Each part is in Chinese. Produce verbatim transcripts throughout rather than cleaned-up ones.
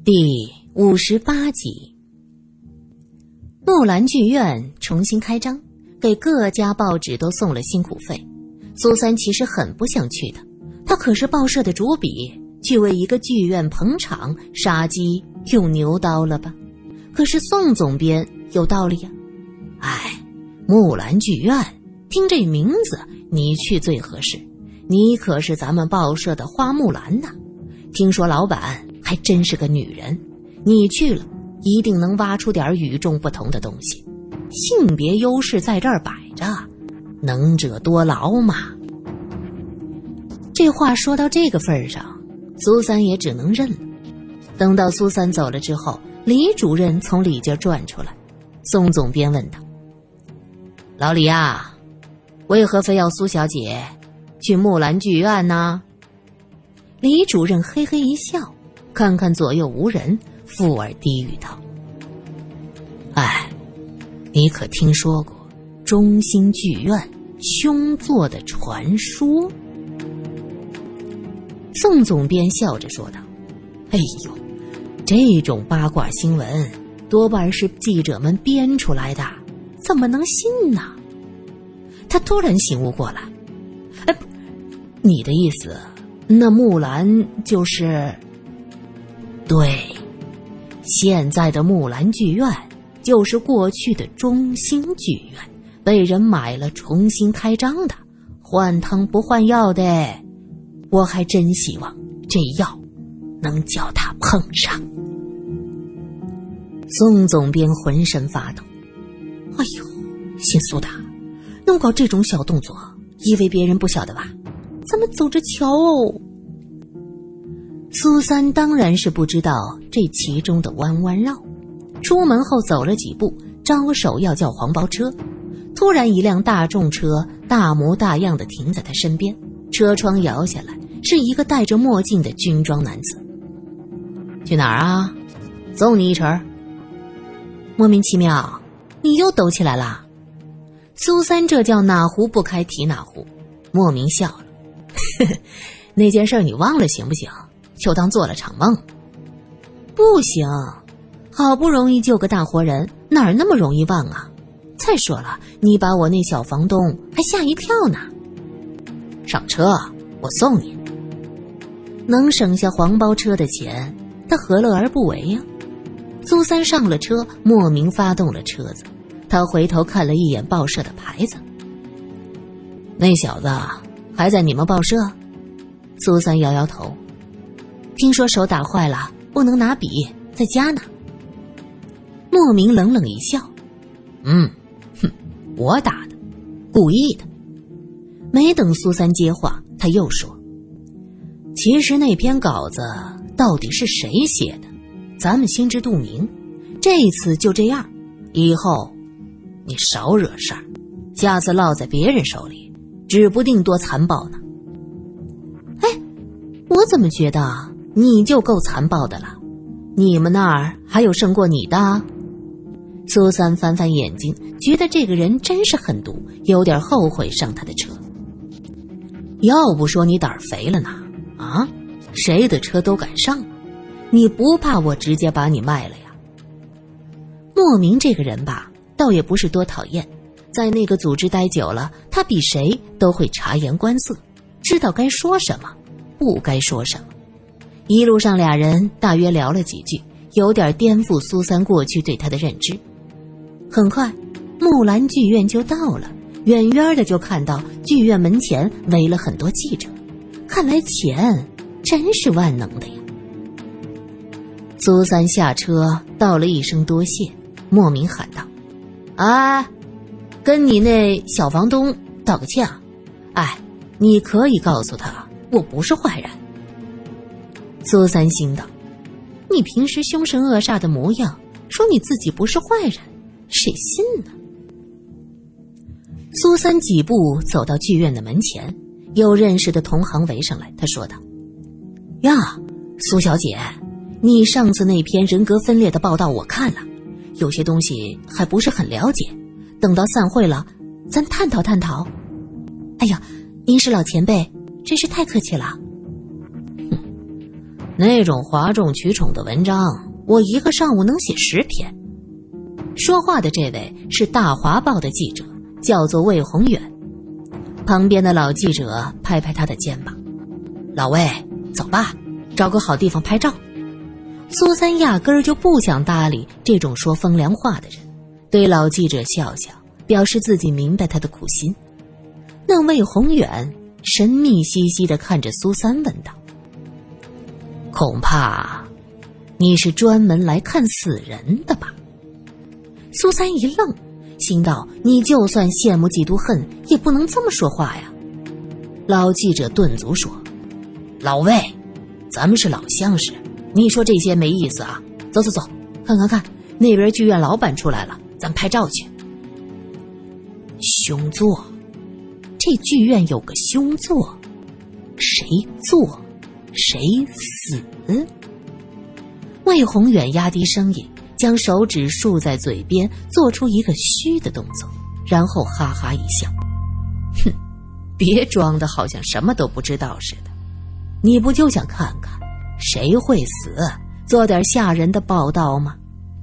第五十八集。木兰剧院重新开张，给各家报纸都送了辛苦费。苏三其实很不想去的，他可是报社的主笔，去为一个剧院捧场，杀鸡用牛刀了吧？可是宋总编有道理呀、啊，哎，木兰剧院，听这名字，你去最合适。你可是咱们报社的花木兰呐，听说老板还真是个女人，你去了一定能挖出点与众不同的东西。性别优势在这儿摆着，能者多劳嘛。这话说到这个份上，苏三也只能认了。等到苏三走了之后，李主任从里间转出来，宋总编问他：老李啊，为何非要苏小姐去木兰剧院呢？李主任嘿嘿一笑，看看左右无人，附耳低语道：哎，你可听说过中兴剧院凶作的传说？宋总编笑着说道：哎呦，这种八卦新闻多半是记者们编出来的，怎么能信呢？他突然醒悟过来，哎，你的意思，那木兰就是……对，现在的木兰剧院就是过去的中兴剧院，被人买了重新开张的，换汤不换药的。我还真希望这药能叫他碰上。宋总编浑身发抖，哎呦，姓苏的，能搞这种小动作，以为别人不晓得吧？咱们走着瞧哦。苏三当然是不知道这其中的弯弯绕，出门后走了几步，招手要叫黄包车。突然一辆大众车大模大样的停在他身边，车窗摇下来，是一个戴着墨镜的军装男子。去哪儿啊？送你一程。莫名其妙，你又抖起来了。苏三这叫哪壶不开提哪壶，莫名笑了。呵呵，那件事你忘了行不行？就当做了场梦。不行，好不容易救个大活人，哪儿那么容易忘啊？再说了，你把我那小房东还吓一跳呢。上车，我送你。能省下黄包车的钱，他何乐而不为呀？苏三上了车，莫名发动了车子。他回头看了一眼报社的牌子，那小子还在你们报社？苏三摇摇头，听说手打坏了，不能拿笔，在家呢。莫名冷冷一笑，嗯，哼，我打的，故意的。没等苏三接话，他又说，其实那篇稿子到底是谁写的，咱们心知肚明。这一次就这样，以后你少惹事儿，下次落在别人手里，指不定多残暴呢。哎，我怎么觉得你就够残暴的了？你们那儿还有胜过你的？苏三翻翻眼睛，觉得这个人真是狠毒，有点后悔上他的车。要不说你胆儿肥了呢，啊，谁的车都敢上，你不怕我直接把你卖了呀？莫名这个人吧，倒也不是多讨厌，在那个组织待久了，他比谁都会察言观色，知道该说什么，不该说什么。一路上俩人大约聊了几句，有点颠覆苏三过去对他的认知。很快，木兰剧院就到了，远远的就看到剧院门前围了很多记者，看来钱真是万能的呀。苏三下车道了一声多谢，莫名喊道：哎，跟你那小房东道个歉啊！哎，你可以告诉他我不是坏人。苏三心道，你平时凶神恶煞的模样，说你自己不是坏人，谁信呢？苏三几步走到剧院的门前，有认识的同行围上来，他说道：呀，苏小姐，你上次那篇人格分裂的报道我看了，有些东西还不是很了解，等到散会了咱探讨探讨。哎呀，您是老前辈，真是太客气了。哼， 那种哗众取宠的文章，我一个上午能写十篇。说话的这位是大华报的记者，叫做魏宏远。旁边的老记者拍拍他的肩膀：老魏，走吧，找个好地方拍照。苏三压根儿就不想搭理这种说风凉话的人，对老记者笑笑，表示自己明白他的苦心。那魏宏远神秘兮兮地看着苏三问道：恐怕你是专门来看死人的吧？苏三一愣，心道你就算羡慕嫉妒恨也不能这么说话呀。老记者顿足说：老魏，咱们是老相识，你说这些没意思啊，走走走，看看看，那边剧院老板出来了，咱拍照去。凶作，这剧院有个凶作，谁做谁死。魏宏远压低声音，将手指竖在嘴边，做出一个虚的动作，然后哈哈一笑：哼，别装的好像什么都不知道似的，你不就想看看谁会死，做点吓人的报道吗？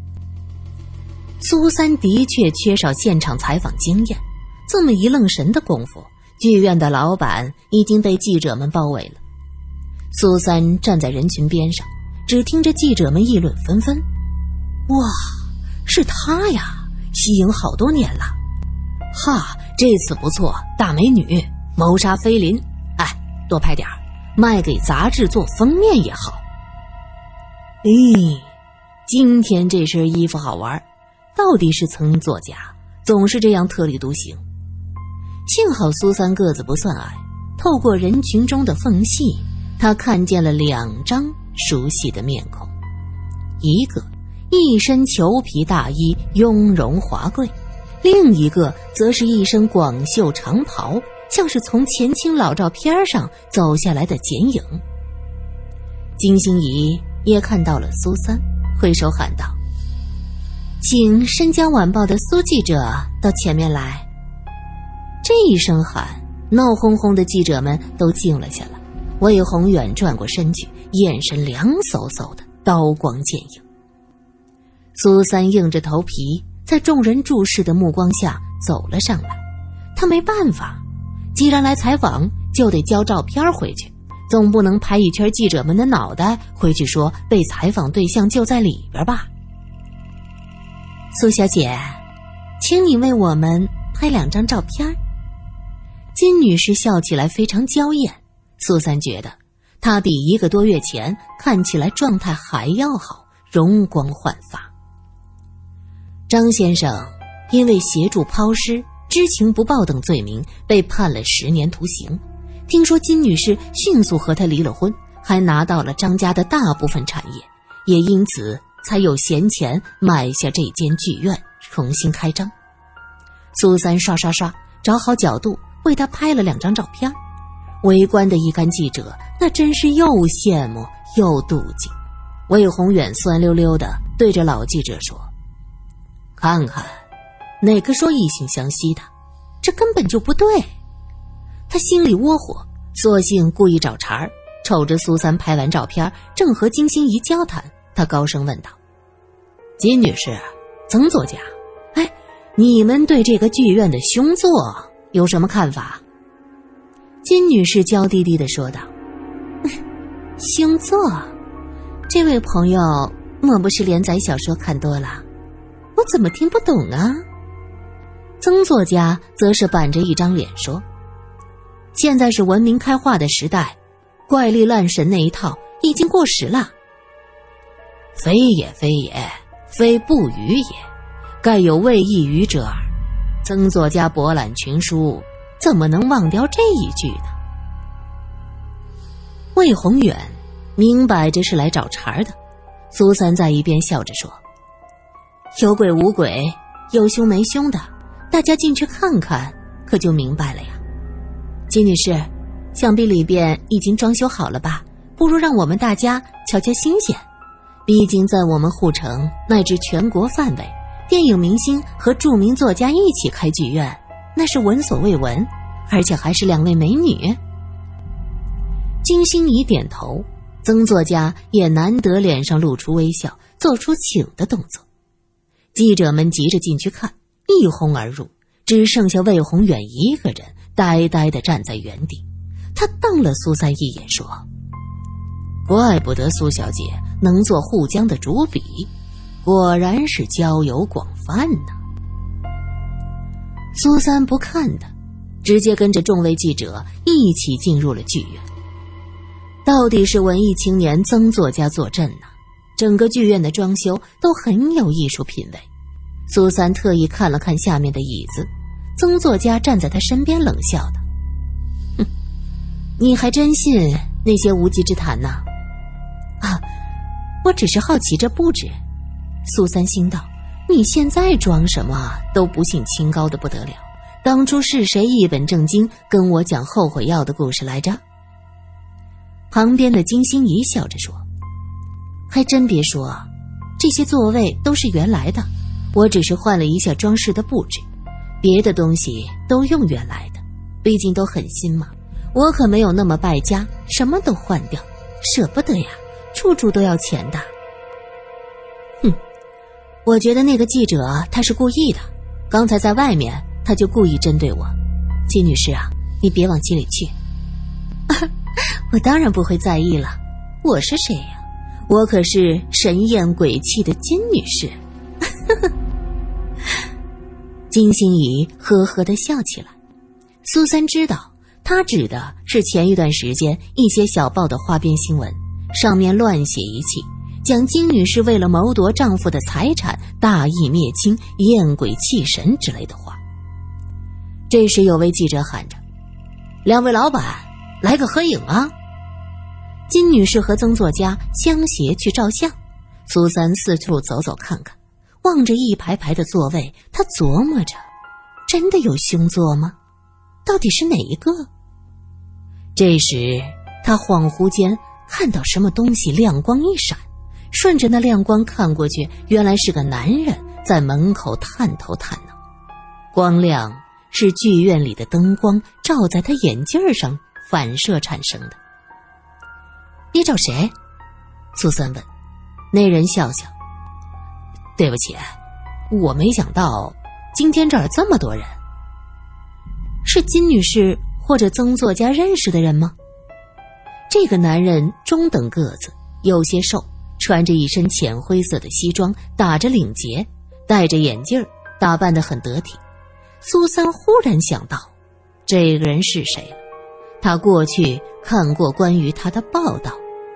苏三的确缺少现场采访经验，这么一愣神的功夫，剧院的老板已经被记者们包围了。苏三站在人群边上，只听着记者们议论纷纷：哇，是他呀，息影好多年了，哈，这次不错，大美女，谋杀菲林，哎，多拍点儿，卖给杂志做封面也好。咦，今天这身衣服好玩，到底是曾作家，总是这样特立独行。幸好苏三个子不算矮，透过人群中的缝隙，他看见了两张熟悉的面孔，一个一身裘皮大衣，雍容华贵，另一个则是一身广袖长袍，像是从前清老照片上走下来的剪影。金心怡也看到了苏三，挥手喊道：请申江晚报的苏记者到前面来。这一声喊，闹哄哄的记者们都静了下来。魏宏远转过身去，眼神凉飕飕的，刀光剑影。苏三硬着头皮，在众人注视的目光下走了上来。他没办法，既然来采访，就得交照片回去，总不能拍一圈记者们的脑袋回去说被采访对象就在里边吧。苏小姐，请你为我们拍两张照片。金女士笑起来非常娇艳，苏三觉得她比一个多月前看起来状态还要好，容光焕发。张先生因为协助抛尸、知情不报等罪名被判了十年徒刑，听说金女士迅速和他离了婚，还拿到了张家的大部分产业，也因此才有闲钱买下这间剧院重新开张。苏三刷刷刷找好角度为他拍了两张照片，围观的一干记者那真是又羡慕又妒忌。魏宏远酸溜溜地对着老记者说：看看哪个说异性相吸的，这根本就不对。他心里窝火，索性故意找茬儿，瞅着苏三拍完照片正和金心怡交谈，他高声问道：金女士，曾作家，哎，你们对这个剧院的凶作有什么看法？金女士娇滴滴地说道：凶作？这位朋友莫不是连载小说看多了？我怎么听不懂啊？曾作家则是板着一张脸说：现在是文明开化的时代，怪力乱神那一套已经过时了。非也非也，非不语也，盖有未易语者耳。曾作家博览群书，怎么能忘掉这一句呢？魏宏远明摆着是来找茬的，苏三在一边笑着说：有鬼无鬼，有凶没凶的，大家进去看看可就明白了呀。金女士，想必里边已经装修好了吧，不如让我们大家瞧瞧新鲜。毕竟在我们护城乃至全国范围，电影明星和著名作家一起开剧院，那是闻所未闻，而且还是两位美女。金心怡点头， 曾作家也难得脸上露出微笑，做出请的动作。记者们急着进去看，一哄而入，只剩下魏宏远一个人呆呆地站在原地。他瞪了苏三一眼说：怪不得苏小姐能做沪江的主笔，果然是交友广泛呢。苏三不看他，直接跟着众位记者一起进入了剧院。到底是文艺青年曾作家坐镇呢，整个剧院的装修都很有艺术品味。苏三特意看了看下面的椅子，曾作家站在他身边冷笑道：哼，你还真信那些无稽之谈呢？啊，我只是好奇这布置。苏三心道，你现在装什么都不信清高的不得了，当初是谁一本正经跟我讲后悔药的故事来着？旁边的金星怡笑着说：还真别说，这些座位都是原来的，我只是换了一下装饰的布置，别的东西都用原来的，毕竟都很新嘛，我可没有那么败家，什么都换掉，舍不得呀，处处都要钱的。哼，我觉得那个记者他是故意的，刚才在外面他就故意针对我。金女士啊，你别往心里去。我当然不会在意了，我是谁呀？我可是神艳鬼气的金女士。金星怡呵呵地笑起来。苏三知道他指的是前一段时间一些小报的花边新闻，上面乱写一气，讲金女士为了谋夺丈夫的财产大义灭亲，艳鬼气神之类的话。这时有位记者喊着：两位老板，来个合影啊！金女士和曾作家相携去照相。苏三四处走走看看，望着一排排的座位，他琢磨着，真的有凶座吗？到底是哪一个？这时他恍惚间看到什么东西亮光一闪，顺着那亮光看过去，原来是个男人在门口探头探脑。光亮是剧院里的灯光照在他眼镜上反射产生的。你找谁？苏三问。那人笑笑：对不起，我没想到今天这儿这么多人。是金女士或者曾作家认识的人吗？这个男人中等个子，有些瘦，穿着一身浅灰色的西装，打着领结，戴着眼镜，打扮得很得体。苏三忽然想到这个人是谁了，他过去看过关于他的报道。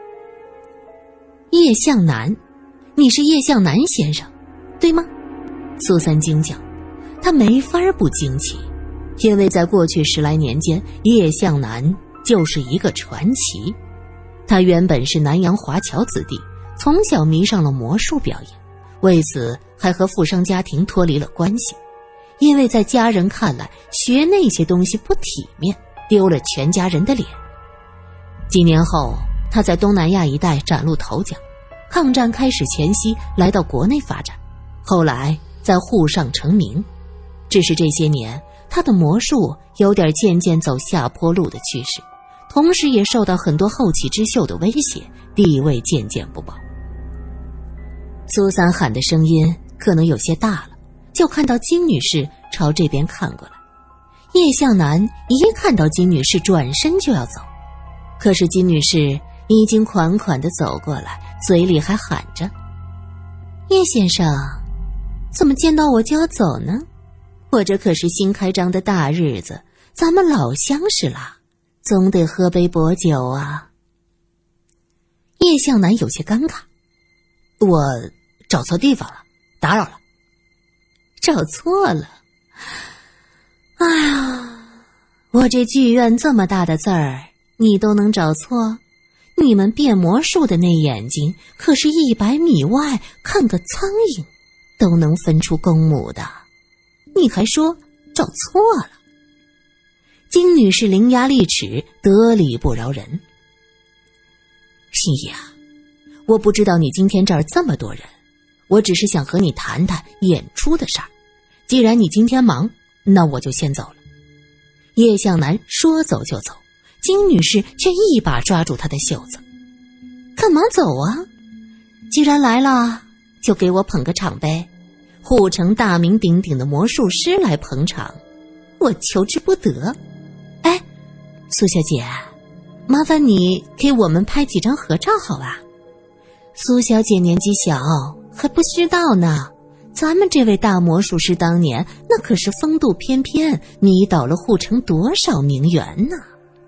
叶向南，你是叶向南先生，对吗？苏三惊叫，他没法不惊奇，因为在过去十来年间，叶向南就是一个传奇。他原本是南洋华侨子弟，从小迷上了魔术表演，为此还和富商家庭脱离了关系。因为在家人看来，学那些东西不体面，丢了全家人的脸。几年后，他在东南亚一带崭露头角，抗战开始前夕来到国内发展，后来在沪上成名。只是这些年，他的魔术有点渐渐走下坡路的趋势，同时也受到很多后起之秀的威胁，地位渐渐不保。苏三喊的声音可能有些大了，就看到金女士朝这边看过来。叶向南一看到金女士转身就要走，可是金女士已经款款地走过来，嘴里还喊着：叶先生，怎么见到我就要走呢？我这可是新开张的大日子，咱们老相识了，总得喝杯薄酒啊。叶向南有些尴尬：我找错地方了，打扰了。找错了？哎呀，我这剧院这么大的字儿，你都能找错？你们变魔术的那眼睛，可是一百米外看个苍蝇都能分出公母的，你还说找错了？金女士伶牙俐齿，得理不饶人。心怡啊，我不知道你今天这儿这么多人，我只是想和你谈谈演出的事儿。既然你今天忙，那我就先走了。叶向南说走就走，金女士却一把抓住他的袖子。 干嘛走啊？既然来了，就给我捧个场呗。护城大名鼎鼎的魔术师来捧场，我求之不得。哎，苏小姐，麻烦你给我们拍几张合照好吧？苏小姐年纪小，还不知道呢。咱们这位大魔术师当年那可是风度翩翩，迷倒了护城多少名媛呢？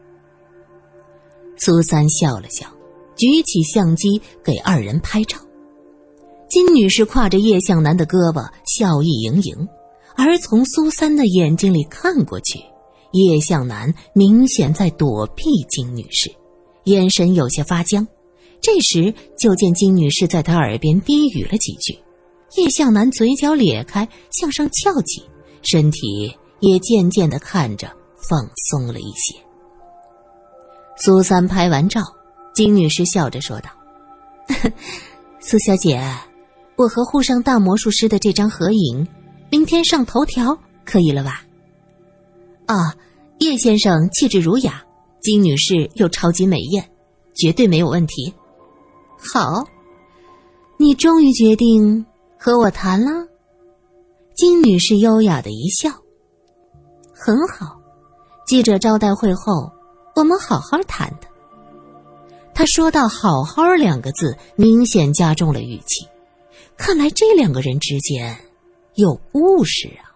苏三笑了笑，举起相机给二人拍照。金女士挎着叶向南的胳膊，笑意盈盈，而从苏三的眼睛里看过去，叶向南明显在躲避金女士，眼神有些发僵。这时就见金女士在他耳边低语了几句，叶向南嘴角咧开，向上翘起，身体也渐渐地看着放松了一些。苏三拍完照，金女士笑着说道：苏小姐，我和沪上大魔术师的这张合影明天上头条可以了吧？啊，叶先生气质儒雅，金女士又超级美艳，绝对没有问题。好，你终于决定和我谈了？金女士优雅的一笑。很好，记者招待会后我们好好谈的。她说到好好两个字，明显加重了语气，看来这两个人之间有故事啊。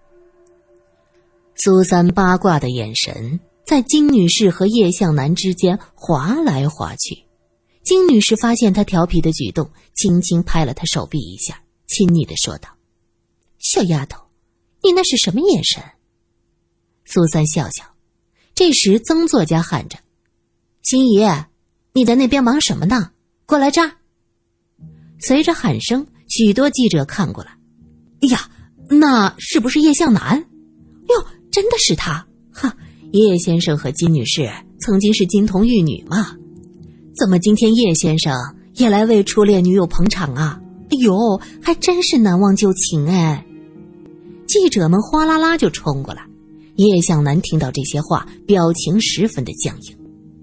苏三八卦的眼神在金女士和叶向南之间划来划去，金女士发现他调皮的举动，轻轻拍了他手臂一下，亲昵地说道：小丫头，你那是什么眼神？苏三笑笑。这时曾作家喊着：心怡，你在那边忙什么呢？过来这儿。随着喊声，许多记者看过来。哎呀，那是不是叶向南？哟，真的是他！哈，叶先生和金女士曾经是金童玉女嘛，怎么今天叶先生也来为初恋女友捧场啊？哎呦，还真是难忘旧情哎！记者们哗啦啦就冲过来。叶向南听到这些话，表情十分的僵硬。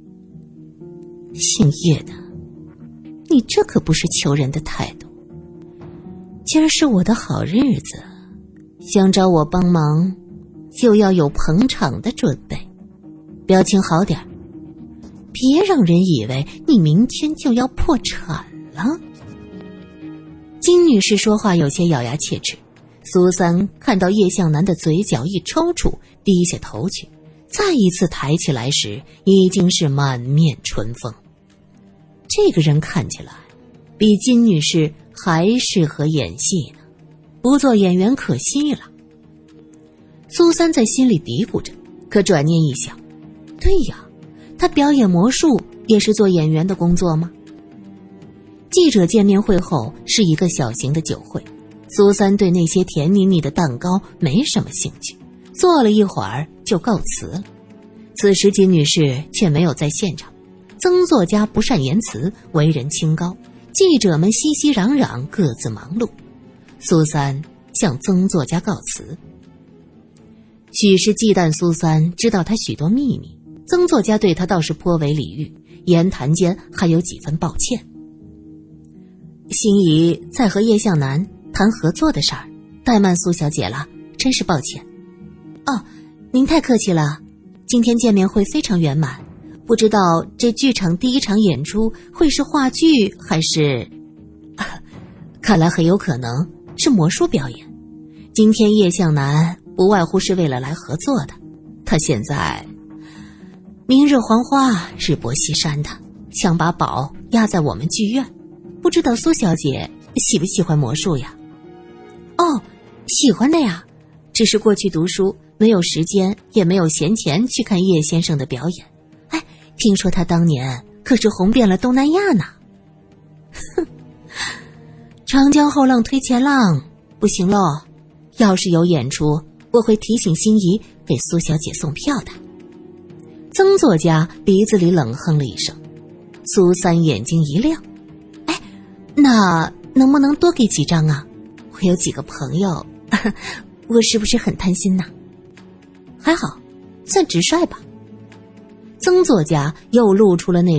姓叶的，你这可不是求人的态度。今儿是我的好日子，想找我帮忙，就要有捧场的准备，表情好点，别让人以为你明天就要破产了。金女士说话有些咬牙切齿，苏三看到叶向南的嘴角一抽搐，低下头去，再一次抬起来时，已经是满面春风。这个人看起来比金女士还适合演戏呢，不做演员可惜了。苏三在心里嘀咕着，可转念一想，对呀，他表演魔术也是做演员的工作吗？记者见面会后是一个小型的酒会，苏三对那些甜腻腻的蛋糕没什么兴趣，坐了一会儿就告辞了。此时金女士却没有在现场，曾作家不善言辞，为人清高，记者们熙熙攘攘，各自忙碌。苏三向曾作家告辞。许是忌惮苏三知道他许多秘密，曾作家对他倒是颇为礼遇，言谈间还有几分抱歉。心怡在和叶向南谈合作的事儿，怠慢苏小姐了，真是抱歉。哦，您太客气了，今天见面会非常圆满，不知道这剧场第一场演出会是话剧还是……啊，看来很有可能是魔术表演。今天叶向南不外乎是为了来合作的，他现在明日黄花日薄西山的，想把宝压在我们剧院，不知道苏小姐喜不喜欢魔术呀？哦，喜欢的呀，只是过去读书没有时间也没有闲钱去看叶先生的表演。哎，听说他当年可是红遍了东南亚呢。哼，长江后浪推前浪，不行喽，要是有演出，我会提醒心怡给苏小姐送票的。曾作家鼻子里冷哼了一声，苏三眼睛一亮，哎，那能不能多给几张啊？我有几个朋友，我是不是很贪心呢？还好，算直率吧。曾作家又露出了那种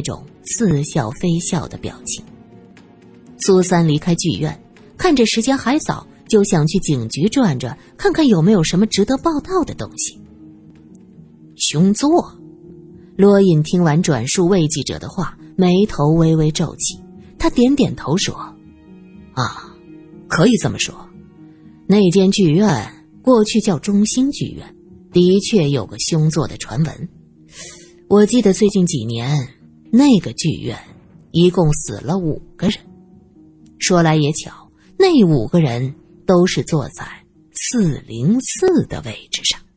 似笑非笑的表情。苏三离开剧院，看着时间还早，就想去警局转转，看看有没有什么值得报道的东西。凶作？罗隐听完转述魏记者的话，眉头微微皱起，他点点头说：啊，可以这么说，那间剧院过去叫中兴剧院，的确有个凶作的传闻。我记得最近几年那个剧院一共死了五个人，说来也巧，那五个人都是坐在四零四的位置上。